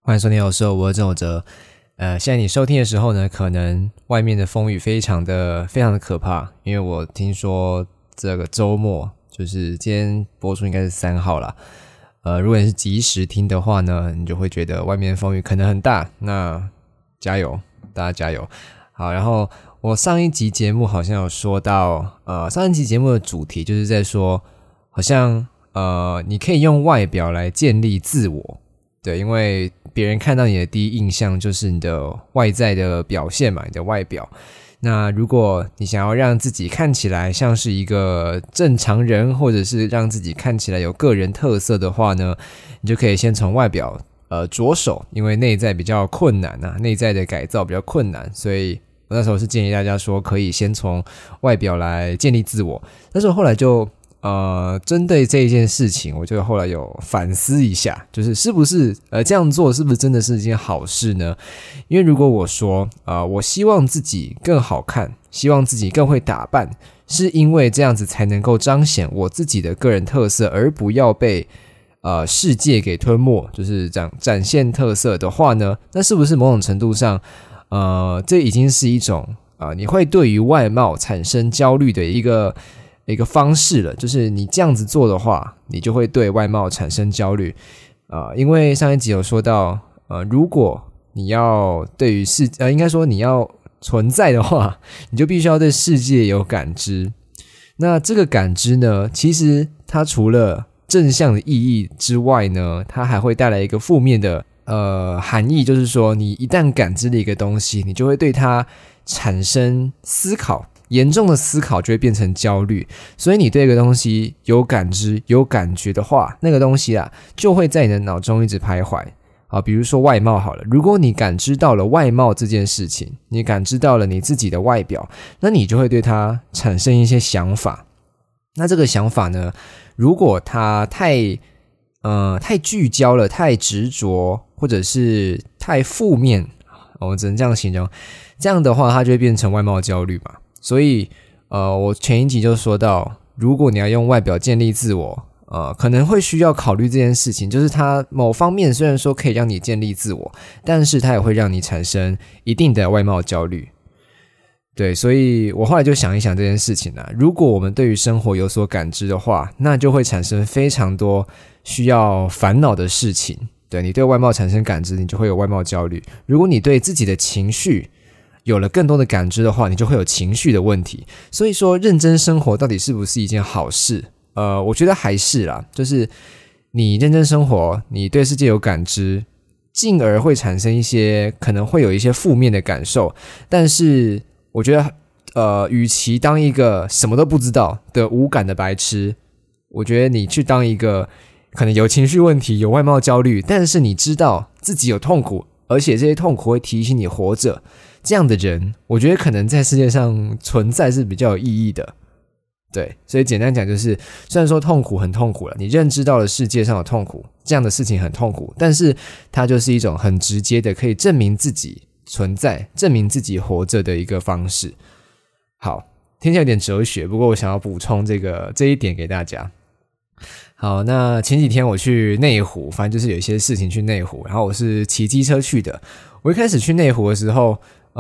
欢迎收听有时候我是郑有哲。现在你收听的时候呢，可能外面的风雨非常的可怕，因为我听说这个周末就是今天播出应该是3号啦。如果你是及时听的话呢，你就会觉得外面的风雨可能很大，那加油，大家加油。好，然后我上一集节目好像有说到，上一集节目的主题就是在说，好像你可以用外表来建立自我。对，因为别人看到你的第一印象就是你的外在的表现嘛，你的外表。那如果你想要让自己看起来像是一个正常人，或者是让自己看起来有个人特色的话呢，你就可以先从外表着手，因为内在比较困难啊，内在的改造比较困难，所以我那时候是建议大家说可以先从外表来建立自我。但是我后来就针对这一件事情，我就后来有反思一下，就是是不是这样做是不是真的是一件好事呢？因为如果我说我希望自己更好看，希望自己更会打扮，是因为这样子才能够彰显我自己的个人特色，而不要被世界给吞没，就是这样展现特色的话呢，那是不是某种程度上这已经是一种你会对于外貌产生焦虑的一个方式了，就是你这样子做的话，你就会对外貌产生焦虑。因为上一集有说到，如果你要对于应该说你要存在的话，你就必须要对世界有感知。那这个感知呢，其实它除了正向的意义之外呢，它还会带来一个负面的含义，就是说你一旦感知了一个东西，你就会对它产生思考。严重的思考就会变成焦虑，所以你对一个东西有感知、有感觉的话，那个东西就会在你的脑中一直徘徊。比如说外貌好了，如果你感知到了外貌这件事情，你感知到了你自己的外表，那你就会对它产生一些想法。那这个想法呢，如果它太聚焦了、太执着，或者是太负面，我只能这样形容，这样的话它就会变成外貌焦虑嘛。所以我前一集就说到，如果你要用外表建立自我，可能会需要考虑这件事情，就是它某方面虽然说可以让你建立自我，但是它也会让你产生一定的外貌焦虑。对，所以我后来就想一想这件事情如果我们对于生活有所感知的话，那就会产生非常多需要烦恼的事情。对，你对外貌产生感知，你就会有外貌焦虑。如果你对自己的情绪有了更多的感知的话，你就会有情绪的问题。所以说认真生活到底是不是一件好事？我觉得还是啦，就是你认真生活，你对世界有感知，进而会产生一些可能会有一些负面的感受。但是我觉得与其当一个什么都不知道的无感的白痴，我觉得你去当一个可能有情绪问题、有外貌焦虑，但是你知道自己有痛苦，而且这些痛苦会提醒你活着，这样的人，我觉得可能在世界上存在是比较有意义的。对，所以简单讲就是，虽然说痛苦很痛苦了，你认知到了世界上有痛苦，这样的事情很痛苦，但是它就是一种很直接的可以证明自己存在、证明自己活着的一个方式。好，听起来有点哲学，不过我想要补充这一点给大家。好，那前几天我去内湖，反正就是有一些事情去内湖，然后我是骑机车去的。我一开始去内湖的时候，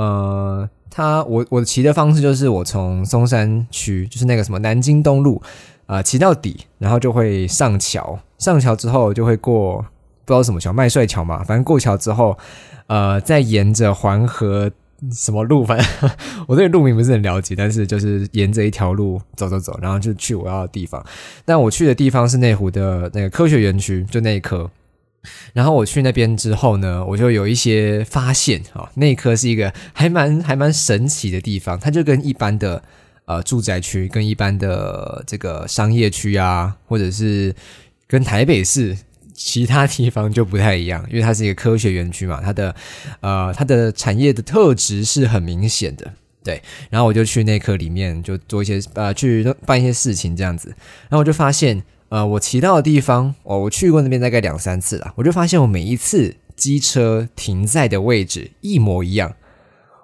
我骑的方式就是我从松山区，就是那个什么南京东路骑到底，然后就会上桥，上桥之后就会过不知道什么桥，麦帅桥嘛，反正过桥之后再沿着环河什么路，反正我对路名不是很了解，但是就是沿着一条路走，然后就去我要的地方。但我去的地方是内湖的那个科学园区，就那一科。然后我去那边之后呢，我就有一些发现那一科是一个还蛮神奇的地方，它就跟一般的住宅区跟一般的这个商业区或者是跟台北市其他地方就不太一样，因为它是一个科学园区嘛，它的产业的特质是很明显的。对，然后我就去那科里面就做一些去办一些事情这样子，然后我就发现我骑到的地方我去过那边大概2-3次啦，我就发现我每一次机车停在的位置一模一样。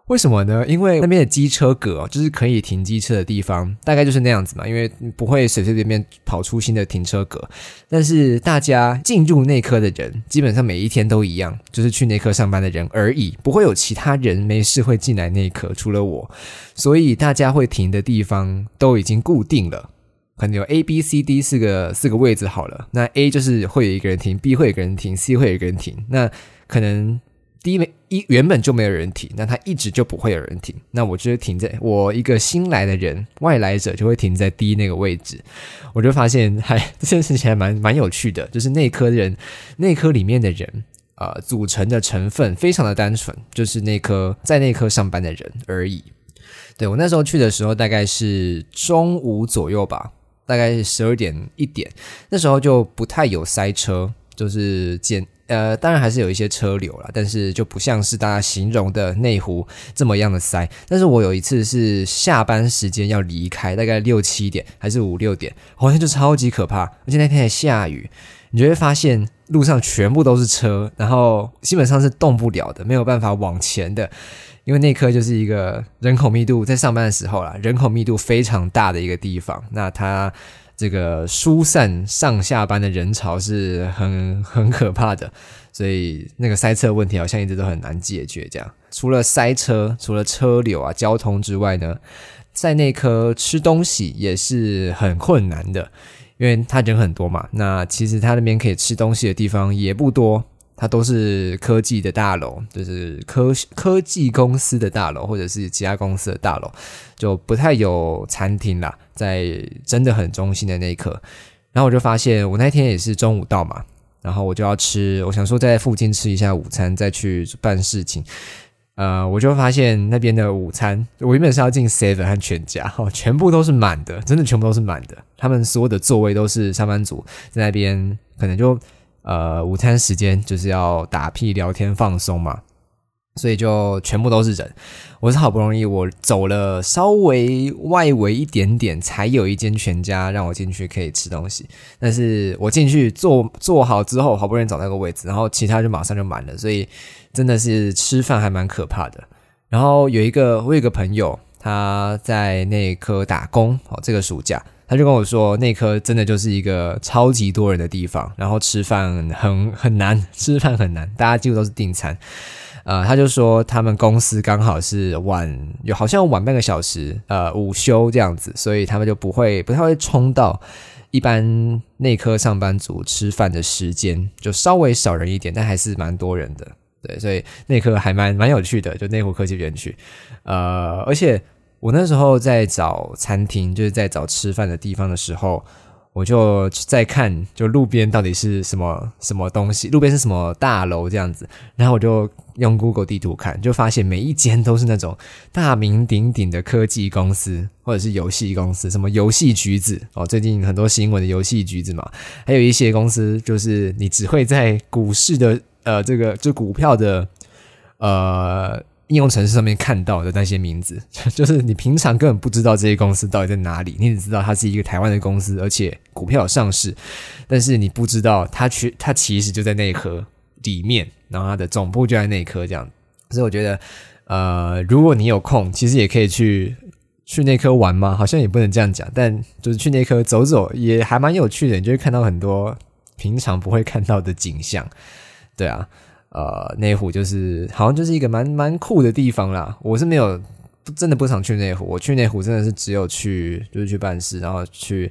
为什么呢？因为那边的机车格就是可以停机车的地方，大概就是那样子嘛，因为不会随随便便跑出新的停车格。但是大家进入内科的人，基本上每一天都一样，就是去内科上班的人而已，不会有其他人没事会进来内科，除了我。所以大家会停的地方都已经固定了。可能有 A、B、C、D 四个位置好了，那 A 就是会有一个人停， B 会有一个人停， C 会有一个人停，那可能D 原本就没有人停，那他一直就不会有人停，那我就停在我一个新来的人外来者就会停在 D 那个位置。我就发现这件事情还蛮有趣的，就是内科里面的人组成的成分非常的单纯，就是在内科上班的人而已。对，我那时候去的时候大概是中午左右吧，大概12点1点，那时候就不太有塞车，就是当然还是有一些车流啦，但是就不像是大家形容的内湖这么样的塞。但是我有一次是下班时间要离开，大概6、7点还是5、6点，好像就超级可怕，而且那天还下雨，你就会发现路上全部都是车，然后基本上是动不了的，没有办法往前的。因为内科就是一个人口密度，在上班的时候啦，人口密度非常大的一个地方，那它这个疏散上下班的人潮是很可怕的，所以那个塞车的问题好像一直都很难解决。这样除了塞车，除了车流啊交通之外呢，在内科吃东西也是很困难的，因为他人很多嘛，那其实他那边可以吃东西的地方也不多，它都是科技的大楼，就是科技公司的大楼或者是其他公司的大楼，就不太有餐厅啦，在真的很中心的那一刻。然后我就发现我那天也是中午到嘛，然后我就要吃，我想说在附近吃一下午餐再去办事情。我就发现那边的午餐，我原本是要进 Seven 和全家，全部都是满的，真的全部都是满的。他们所有的座位都是上班族在那边，可能就午餐时间就是要打屁聊天放松嘛，所以就全部都是人。我是好不容易我走了稍微外围一点点，才有一间全家让我进去可以吃东西。但是我进去坐好之后，好不容易找到一个位置，然后其他就马上就满了，所以真的是吃饭还蛮可怕的。然后我有一个朋友，他在内科打工，这个暑假他就跟我说，内科真的就是一个超级多人的地方，然后吃饭很难，吃饭很难，大家几乎都是订餐。他就说他们公司刚好是好像晚半个小时，午休这样子，所以他们就不太会冲到一般内科上班族吃饭的时间，就稍微少人一点，但还是蛮多人的。对，所以内科还蛮有趣的，就内湖科技园区。而且我那时候在找餐厅，就是在找吃饭的地方的时候，我就在看就路边到底是什么东西，路边是什么大楼这样子，然后我就用 Google 地图看，就发现每一间都是那种大名鼎鼎的科技公司或者是游戏公司，什么游戏橘子最近很多新闻的游戏橘子嘛，还有一些公司就是你只会在股市的这个就股票的应用程式上面看到的那些名字，就是你平常根本不知道这些公司到底在哪里，你只知道它是一个台湾的公司，而且股票有上市，但是你不知道它其实就在内科里面，然后它的总部就在内科这样。所以我觉得如果你有空，其实也可以去内科玩嘛，好像也不能这样讲，但就是去内科走走也还蛮有趣的，你就会看到很多平常不会看到的景象。对啊，内湖就是好像就是一个蛮酷的地方啦。我是没有真的不常去内湖，我去内湖真的是只有就是去办事，然后去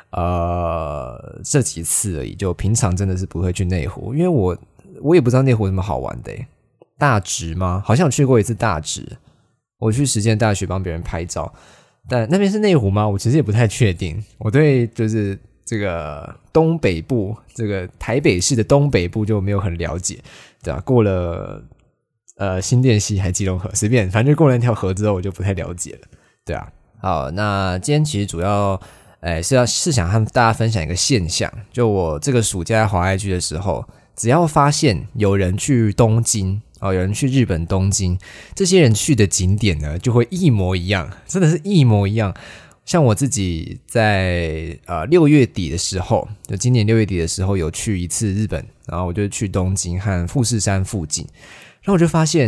这几次而已，就平常真的是不会去内湖，因为我也不知道内湖有什么好玩的耶。大直吗？好像有去过一次大直，我去实践大学帮别人拍照，但那边是内湖吗？我其实也不太确定。我对就是这个东北部，这个台北市的东北部就没有很了解，对啊，过了新店溪还基隆河，随便，反正就过了那条河之后，我就不太了解了，对啊。好，那今天其实主要是想和大家分享一个现象，就我这个暑假在滑 IG 的时候，只要发现有人去东京有人去日本东京，这些人去的景点呢就会一模一样，真的是一模一样。像我自己在6月底的时候，就今年6月底的时候有去一次日本，然后我就去东京和富士山附近，然后我就发现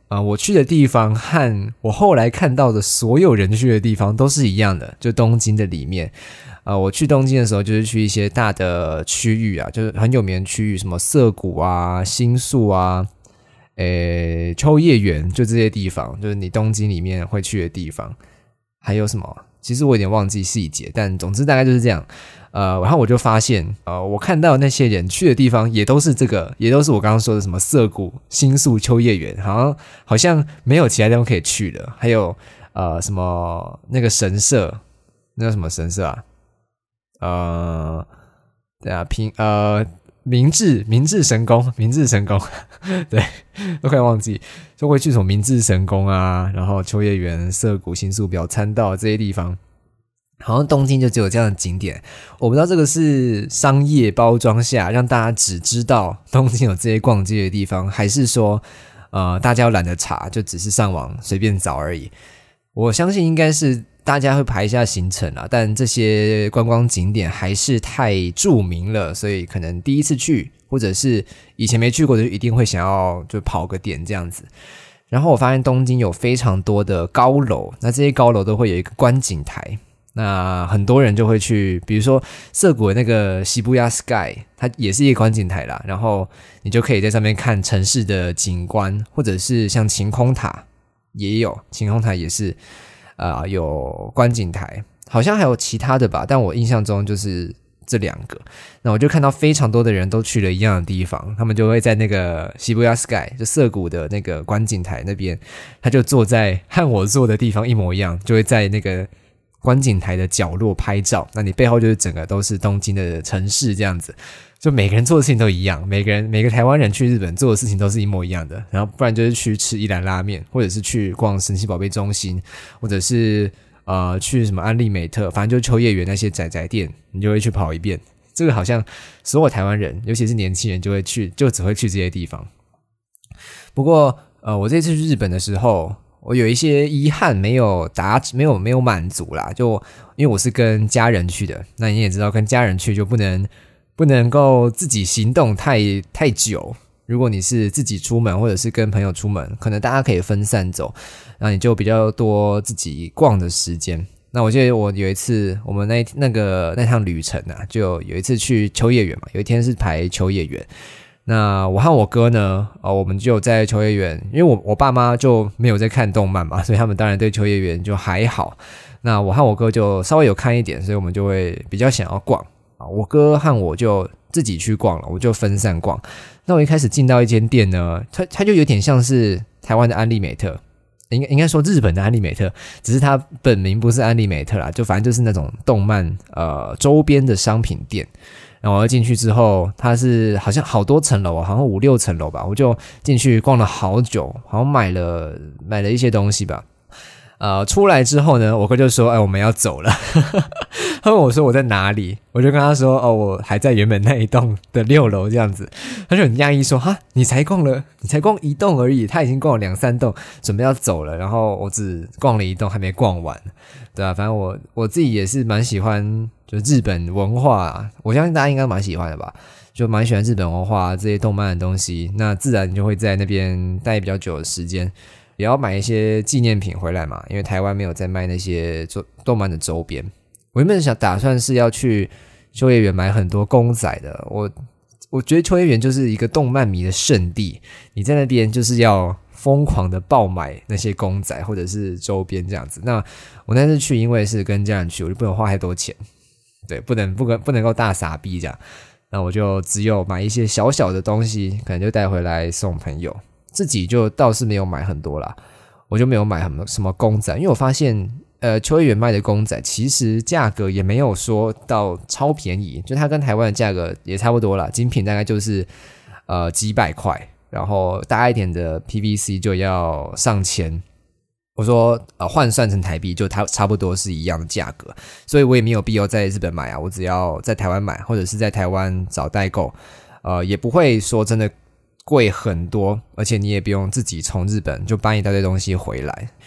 我去的地方和我后来看到的所有人去的地方都是一样的，就东京的里面。我去东京的时候就是去一些大的区域啊，就是很有名的区域，什么涩谷啊、新宿啊、秋叶原，就这些地方，就是你东京里面会去的地方。还有什么？其实我有点忘记细节，但总之大概就是这样。然后我就发现，我看到那些人去的地方也都是这个，也都是我刚刚说的什么涩谷、新宿、秋叶原，好像没有其他地方可以去了。还有什么那个神社，那叫什么神社啊？对啊，明治神宫，对，都快忘记，就会去什么明治神宫啊，然后秋叶原、涩谷、新宿、表参道这些地方。好像东京就只有这样的景点，我不知道这个是商业包装下让大家只知道东京有这些逛街的地方，还是说大家懒得查，就只是上网随便找而已。我相信应该是大家会排一下行程啦，但这些观光景点还是太著名了，所以可能第一次去或者是以前没去过的就一定会想要就跑个点这样子。然后我发现东京有非常多的高楼，那这些高楼都会有一个观景台，那很多人就会去，比如说涩谷的那个Shibuya Sky， 它也是一个观景台啦，然后你就可以在上面看城市的景观，或者是像晴空塔也有，晴空塔也是有观景台，好像还有其他的吧，但我印象中就是这两个。那我就看到非常多的人都去了一样的地方，他们就会在那个Shibuya Sky， 就涩谷的那个观景台那边，他就坐在和我坐的地方一模一样，就会在那个观景台的角落拍照，那你背后就是整个都是东京的城市这样子，就每个人做的事情都一样，每个台湾人去日本做的事情都是一模一样的，然后不然就是去吃一兰拉面，或者是去逛神奇宝贝中心，或者是去什么安利美特，反正就秋叶原那些宅店你就会去跑一遍。这个好像所有台湾人尤其是年轻人就只会去这些地方。不过我这次去日本的时候，我有一些遗憾没有满足啦，就因为我是跟家人去的，那你也知道跟家人去就不能够自己行动太久，如果你是自己出门或者是跟朋友出门，可能大家可以分散走，那你就比较多自己逛的时间。那我记得我有一次我们那趟旅程啊，就有一次去秋叶原嘛，有一天是排秋叶原，那我和我哥呢我们就在秋叶原，因为我爸妈就没有在看动漫嘛，所以他们当然对秋叶原就还好，那我和我哥就稍微有看一点，所以我们就会比较想要逛，我哥和我就自己去逛了，我就分散逛。那我一开始进到一间店呢，它就有点像是台湾的安利美特，应该说日本的安利美特，只是它本名不是安利美特啦，就反正就是那种动漫周边的商品店。然后我进去之后，它是好像好多层楼，好像5-6层楼吧，我就进去逛了好久，好像买了一些东西吧。出来之后呢，我哥就说我们要走了他问我说我在哪里，我就跟他说我还在原本那一栋的6楼这样子。他就很讶异说哈，你才逛一栋而已，他已经逛了2-3栋准备要走了，然后我只逛了一栋还没逛完，对啊，反正我自己也是蛮喜欢就日本文化我相信大家应该蛮喜欢的吧，就蛮喜欢日本文化这些动漫的东西，那自然就会在那边待比较久的时间，也要买一些纪念品回来嘛，因为台湾没有在卖那些动漫的周边。我原本打算是要去秋叶原买很多公仔的，我觉得秋叶原就是一个动漫迷的圣地，你在那边就是要疯狂的爆买那些公仔或者是周边这样子。那我那次去因为是跟家人去，我就不能花太多钱，对，不能够大撒币这样，那我就只有买一些小小的东西，可能就带回来送朋友，自己就倒是没有买很多啦，我就没有买什么公仔，因为我发现秋叶原卖的公仔其实价格也没有说到超便宜，就它跟台湾的价格也差不多啦，精品大概就是几百块，然后大一点的 PVC 就要上千，我说换算成台币就差不多是一样的价格，所以我也没有必要在日本买啊，我只要在台湾买或者是在台湾找代购，也不会说真的贵很多，而且你也不用自己从日本就搬一大堆东西回来。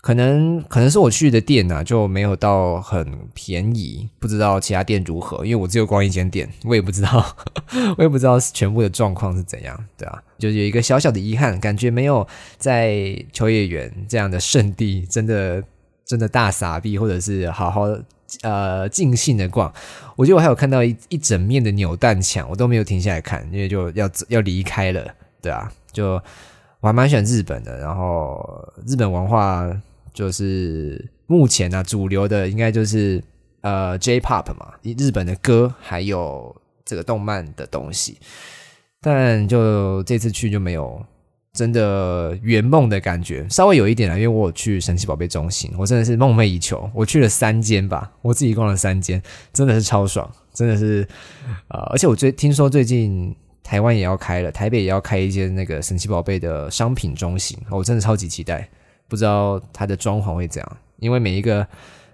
可能是我去的店啊，就没有到很便宜，不知道其他店如何，因为我只有逛一间店，我也不知道我也不知道全部的状况是怎样，对啊，就是有一个小小的遗憾，感觉没有在秋叶原这样的圣地真的大撒币，或者是好好尽兴的逛。我觉得我还有看到一整面的扭蛋墙，我都没有停下来看，因为就要离开了，对啊，就我还蛮喜欢日本的，然后日本文化就是目前啊主流的应该就是J-Pop 嘛，日本的歌还有这个动漫的东西，但就这次去就没有真的圆梦的感觉，稍微有一点啦，因为我有去神奇宝贝中心，我真的是梦寐以求，我去了3间吧，我自己逛了3间，真的是超爽，真的是而且我听说最近台湾也要开了，台北也要开一间那个神奇宝贝的商品中心，我真的超级期待，不知道它的装潢会怎样，因为每一个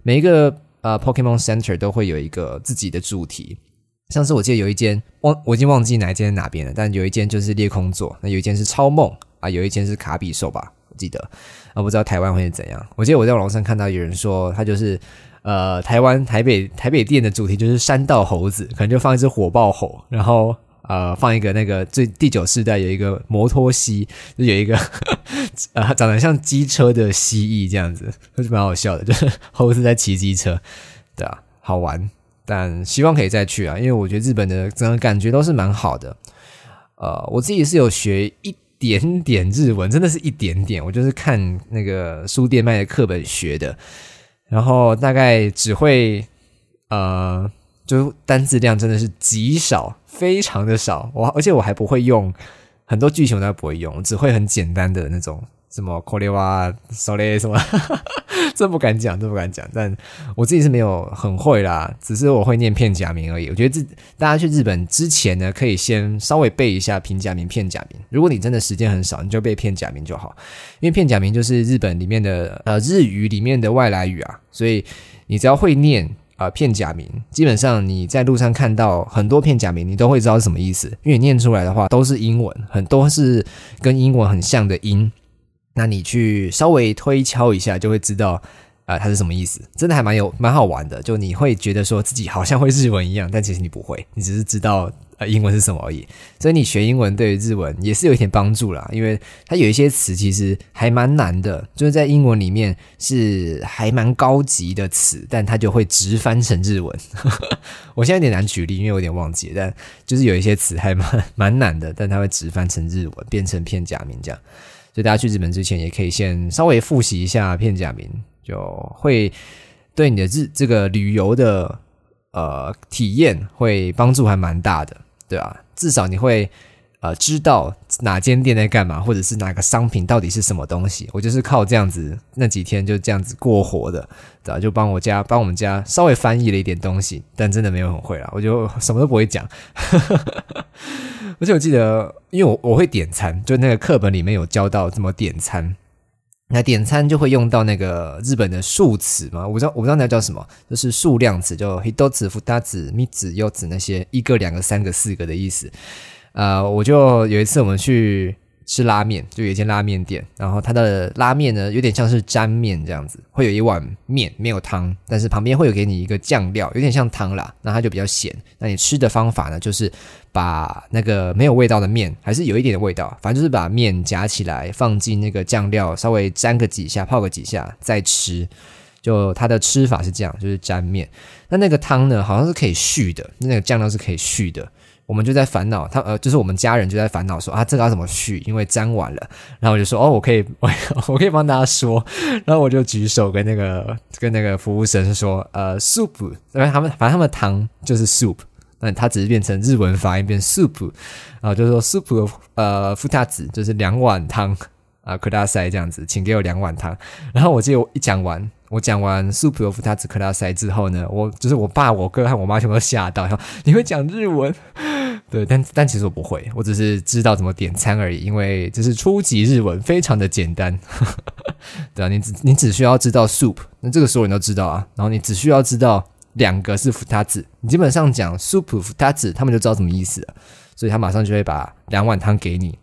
Pokemon Center 都会有一个自己的主题。像是我记得有一间我已经忘记哪一间哪边了，但有一间就是裂空座，那有一间是超梦啊，有一间是卡比兽吧，我记得啊，不知道台湾会是怎样。我记得我在网上看到有人说，他就是台北店的主题就是山道猴子，可能就放一只火爆猴，然后放一个那个第9世代有一个摩托蜥，就有一个长得像机车的蜥蜴这样子，就蛮好笑的，就是猴子在骑机车，对啊，好玩。但希望可以再去啊，因为我觉得日本的整个感觉都是蛮好的。我自己是有学一点点日文，真的是一点点，我就是看那个书店卖的课本学的，然后大概只会就单字量真的是极少，非常的少，而且我还不会用很多句型，我都不会用，只会很简单的那种什么これはそれ什么这不敢讲，但我自己是没有很会啦，只是我会念片假名而已。我觉得大家去日本之前呢，可以先稍微背一下平假名、片假名。如果你真的时间很少，你就背片假名就好，因为片假名就是日本里面的日语里面的外来语啊，所以你只要会念片假名，基本上你在路上看到很多片假名，你都会知道是什么意思，因为你念出来的话都是英文，很多是跟英文很像的音。那你去稍微推敲一下就会知道它是什么意思，真的还蛮好玩的，就你会觉得说自己好像会日文一样，但其实你不会，你只是知道英文是什么而已，所以你学英文对于日文也是有一点帮助啦，因为它有一些词其实还蛮难的，就是在英文里面是还蛮高级的词，但它就会直翻成日文我现在有点难举例，因为我有点忘记了，但就是有一些词还蛮难的，但它会直翻成日文变成片假名这样，所以大家去日本之前也可以先稍微复习一下片假名，就会对你的这个旅游的体验会帮助还蛮大的，对吧？至少你会知道哪间店在干嘛，或者是哪个商品到底是什么东西。我就是靠这样子那几天就这样子过活的，对吧？就帮我们家稍微翻译了一点东西，但真的没有很会啦，我就什么都不会讲而且我记得因为我会点餐，就那个课本里面有教到怎么点餐，那点餐就会用到那个日本的数词嘛，我不知道那叫什么，就是数量词，就一つ二つ三つ四つ那些1个2个3个4个的意思。我就有一次我们去吃拉面，就有一间拉面店，然后它的拉面呢有点像是沾面这样子，会有一碗面没有汤，但是旁边会有给你一个酱料，有点像汤啦，那它就比较咸。那你吃的方法呢，就是把那个没有味道的面，还是有一点的味道，反正就是把面夹起来放进那个酱料，稍微沾个几下，泡个几下再吃。就它的吃法是这样，就是沾面。那个汤呢好像是可以续的，那个酱料是可以续的。我们就在烦恼，就是我们家人就在烦恼说这个要怎么续，因为沾完了。然后我就说我可以帮大家说，然后我就举手跟那个服务生说soup， 反正他们的汤就是 soup， 那它只是变成日文发音变 soup， 然後就说 soup 二つ就是2碗汤ください这样子，请给我2碗汤。然后我记得我讲完 soup 二つください之后呢，就是我爸我哥和我妈全部都吓到，你会讲日文？对，但其实我不会，我只是知道怎么点餐而已，因为这是初级日文，非常的简单对啊，你只需要知道 soup， 那这个所有人都知道啊，然后你只需要知道2个是二つ，你基本上讲 soup 二つ他们就知道什么意思了，所以他马上就会把2碗汤给你。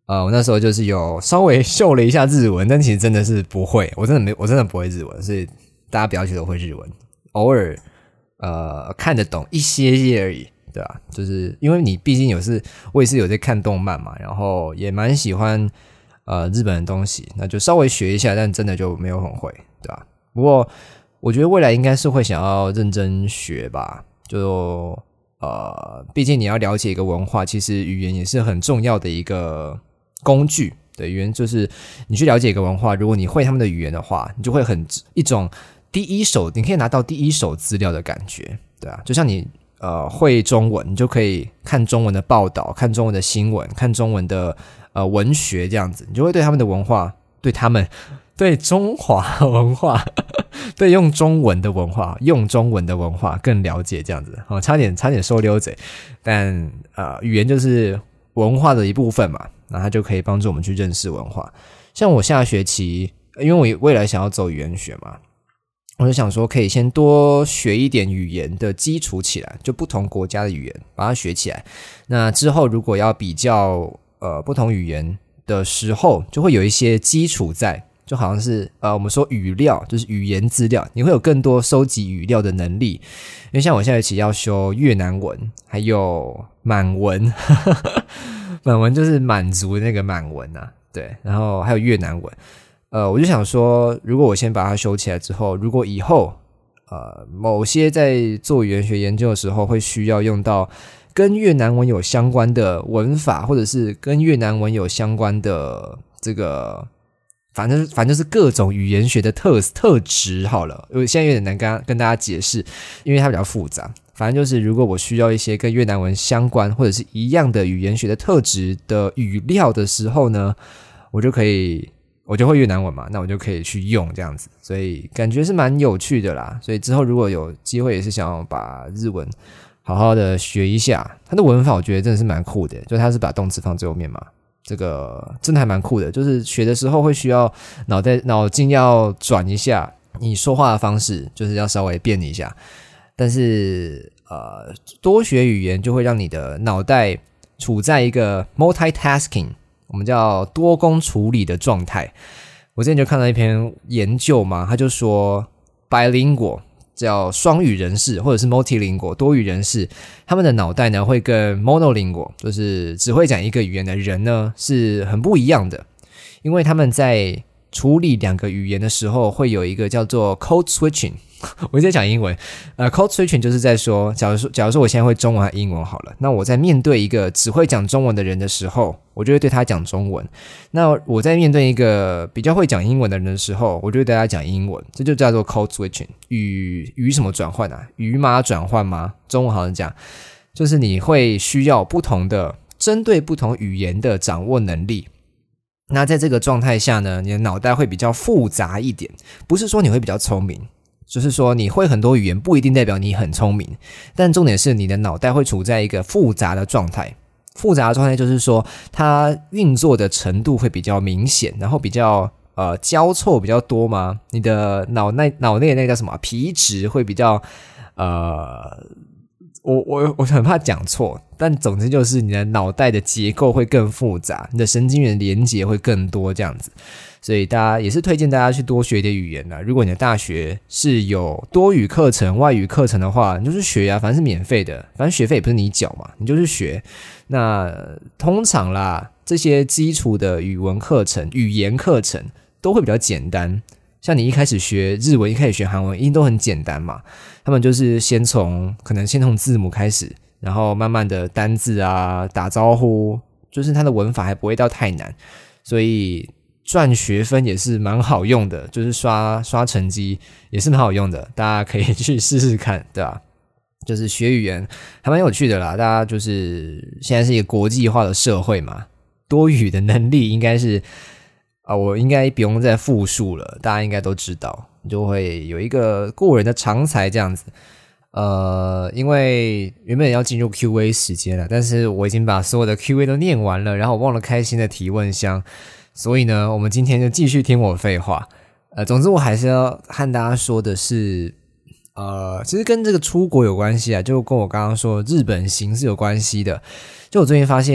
我那时候就是有稍微秀了一下日文，但其实真的是不会，我真的不会日文，所以大家不要觉得我会日文，偶尔看得懂一些而已，对啊，就是因为你毕竟我也是有在看动漫嘛，然后也蛮喜欢日本的东西，那就稍微学一下，但真的就没有很会，对吧？不过我觉得未来应该是会想要认真学吧，就毕竟你要了解一个文化，其实语言也是很重要的一个工具。对，语言就是你去了解一个文化，如果你会他们的语言的话，你就会一种你可以拿到第一手资料的感觉，对啊，就像你会中文，你就可以看中文的报道，看中文的新闻，看中文的文学这样子，你就会对他们的文化，对中华文化对用中文的文化更了解这样子。差点说溜嘴，但语言就是文化的一部分嘛，那它就可以帮助我们去认识文化。像我下学期，因为我未来想要走语言学嘛，我就想说可以先多学一点语言的基础起来，就不同国家的语言把它学起来。那之后如果要比较不同语言的时候，就会有一些基础在，就好像是我们说语料，就是语言资料，你会有更多收集语料的能力。因为像我下学期要修越南文，还有满文满文就是满族的那个满文啊，对，然后还有越南文。我就想说，如果我先把它修起来之后，如果以后某些在做语言学研究的时候会需要用到跟越南文有相关的文法，或者是跟越南文有相关的这个反正就是各种语言学的特质好了，因为现在有点难跟大家解释，因为它比较复杂。反正就是如果我需要一些跟越南文相关或者是一样的语言学的特质的语料的时候呢，我就会越南文嘛，那我就可以去用这样子，所以感觉是蛮有趣的啦。所以之后如果有机会也是想要把日文好好的学一下，它的文法我觉得真的是蛮酷的，就它是把动词放最后面嘛，这个真的还蛮酷的，就是学的时候会需要脑筋要转一下，你说话的方式就是要稍微变一下，但是多学语言就会让你的脑袋处在一个 multitasking， 我们叫多工处理的状态。我之前就看到一篇研究嘛，他就说 bilingual 叫双语人士，或者是 multilingual 多语人士，他们的脑袋呢会跟 monolingual 就是只会讲一个语言的人呢是很不一样的，因为他们在处理两个语言的时候会有一个叫做 code switching 我一直在讲英文code switching 就是在说假如说我现在会中文和英文好了，那我在面对一个只会讲中文的人的时候，我就会对他讲中文，那我在面对一个比较会讲英文的人的时候，我就会对他讲英文，这就叫做 code switching。 语什么转换啊？语码转换吗？中文好像讲就是你会需要不同的针对不同语言的掌握能力。那在这个状态下呢，你的脑袋会比较复杂一点，不是说你会比较聪明，就是说你会很多语言不一定代表你很聪明，但重点是你的脑袋会处在一个复杂的状态。复杂的状态就是说它运作的程度会比较明显，然后比较交错比较多嘛，你的脑内的那个叫什么皮质会比较我很怕讲错，但总之就是你的脑袋的结构会更复杂，你的神经元连结会更多这样子。所以大家也是推荐大家去多学一点语言啦。如果你的大学是有多语课程、外语课程的话，你就是学啊，反正是免费的，反正学费也不是你缴嘛，你就是学。那通常啦，这些基础的语言课程都会比较简单。像你一开始学日文，一开始学韩文，一定都很简单嘛。他们就是可能先从字母开始，然后慢慢的单字啊、打招呼，就是它的文法还不会到太难，所以赚学分也是蛮好用的，就是刷成绩也是蛮好用的，大家可以去试试看，对吧？就是学语言还蛮有趣的啦，大家就是现在是一个国际化的社会嘛，多语的能力应该是我应该不用再复述了，大家应该都知道，就会有一个过人的长才这样子。因为原本要进入 Q&A 时间了，但是我已经把所有的 Q&A 都念完了，然后我忘了开新的提问箱，所以呢，我们今天就继续听我废话。总之我还是要和大家说的是，其实跟这个出国有关系啊，就跟我刚刚说日本行是有关系的。就我最近发现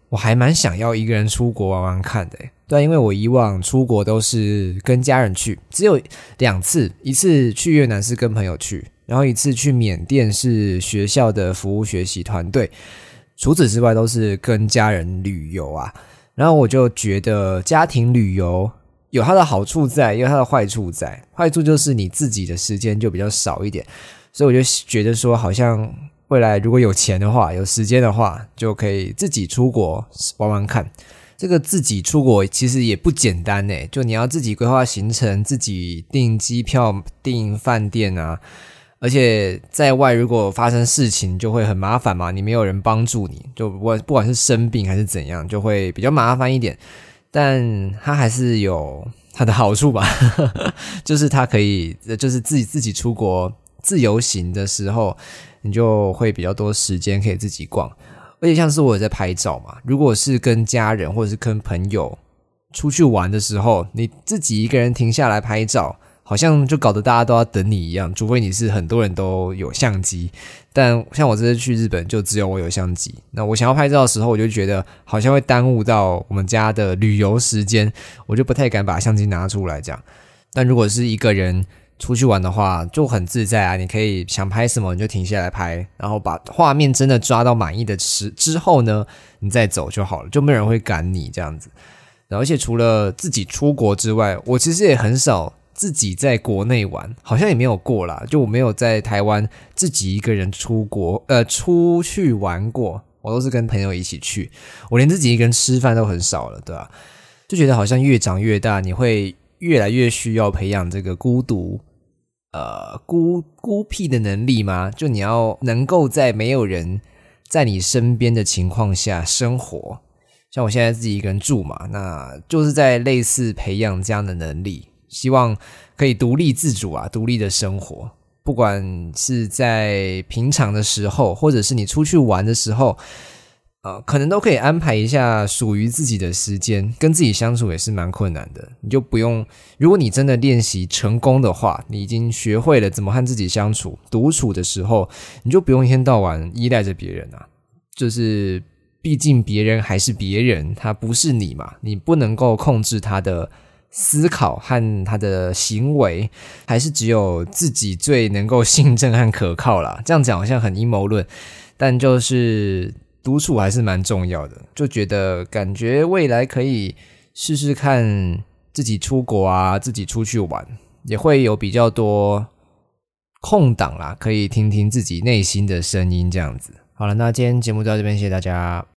我还蛮想要一个人出国玩玩看的耶。对，因为我以往出国都是跟家人去，只有2次，一次去越南是跟朋友去，然后一次去缅甸是学校的服务学习团队，除此之外都是跟家人旅游啊。然后我就觉得家庭旅游有它的好处在，也有它的坏处在。坏处就是你自己的时间就比较少一点，所以我就觉得说好像未来如果有钱的话，有时间的话，就可以自己出国玩玩看。这个自己出国其实也不简单耶，就你要自己规划行程，自己订机票、订饭店啊，而且在外如果发生事情就会很麻烦嘛，你没有人帮助你，就不管是生病还是怎样，就会比较麻烦一点。但它还是有它的好处吧就是它可以就是自己出国自由行的时候，你就会比较多时间可以自己逛。而且像是我有在拍照嘛，如果是跟家人或者是跟朋友出去玩的时候，你自己一个人停下来拍照，好像就搞得大家都要等你一样，除非你是很多人都有相机。但像我这次去日本就只有我有相机，那我想要拍照的时候，我就觉得好像会耽误到我们家的旅游时间，我就不太敢把相机拿出来这样。但如果是一个人出去玩的话就很自在啊，你可以想拍什么你就停下来拍，然后把画面真的抓到满意的之后呢，你再走就好了，就没有人会赶你这样子。而且除了自己出国之外，我其实也很少自己在国内玩，好像也没有过啦，就我没有在台湾自己一个人出去玩过，我都是跟朋友一起去，我连自己一个人吃饭都很少了，对吧？就觉得好像越长越大，你会越来越需要培养这个孤僻的能力吗？就你要能够在没有人在你身边的情况下生活。像我现在自己一个人住嘛，那就是在类似培养这样的能力，希望可以独立自主啊，独立的生活。不管是在平常的时候，或者是你出去玩的时候，可能都可以安排一下属于自己的时间，跟自己相处也是蛮困难的。你就不用，如果你真的练习成功的话，你已经学会了怎么和自己相处，独处的时候，你就不用一天到晚依赖着别人啊。就是毕竟别人还是别人，他不是你嘛，你不能够控制他的思考和他的行为，还是只有自己最能够信任和可靠啦。这样讲好像很阴谋论，但就是独处还是蛮重要的，就觉得感觉未来可以试试看自己出国啊，自己出去玩，也会有比较多空档啦，可以听听自己内心的声音这样子。好了，那今天节目就到这边，谢谢大家。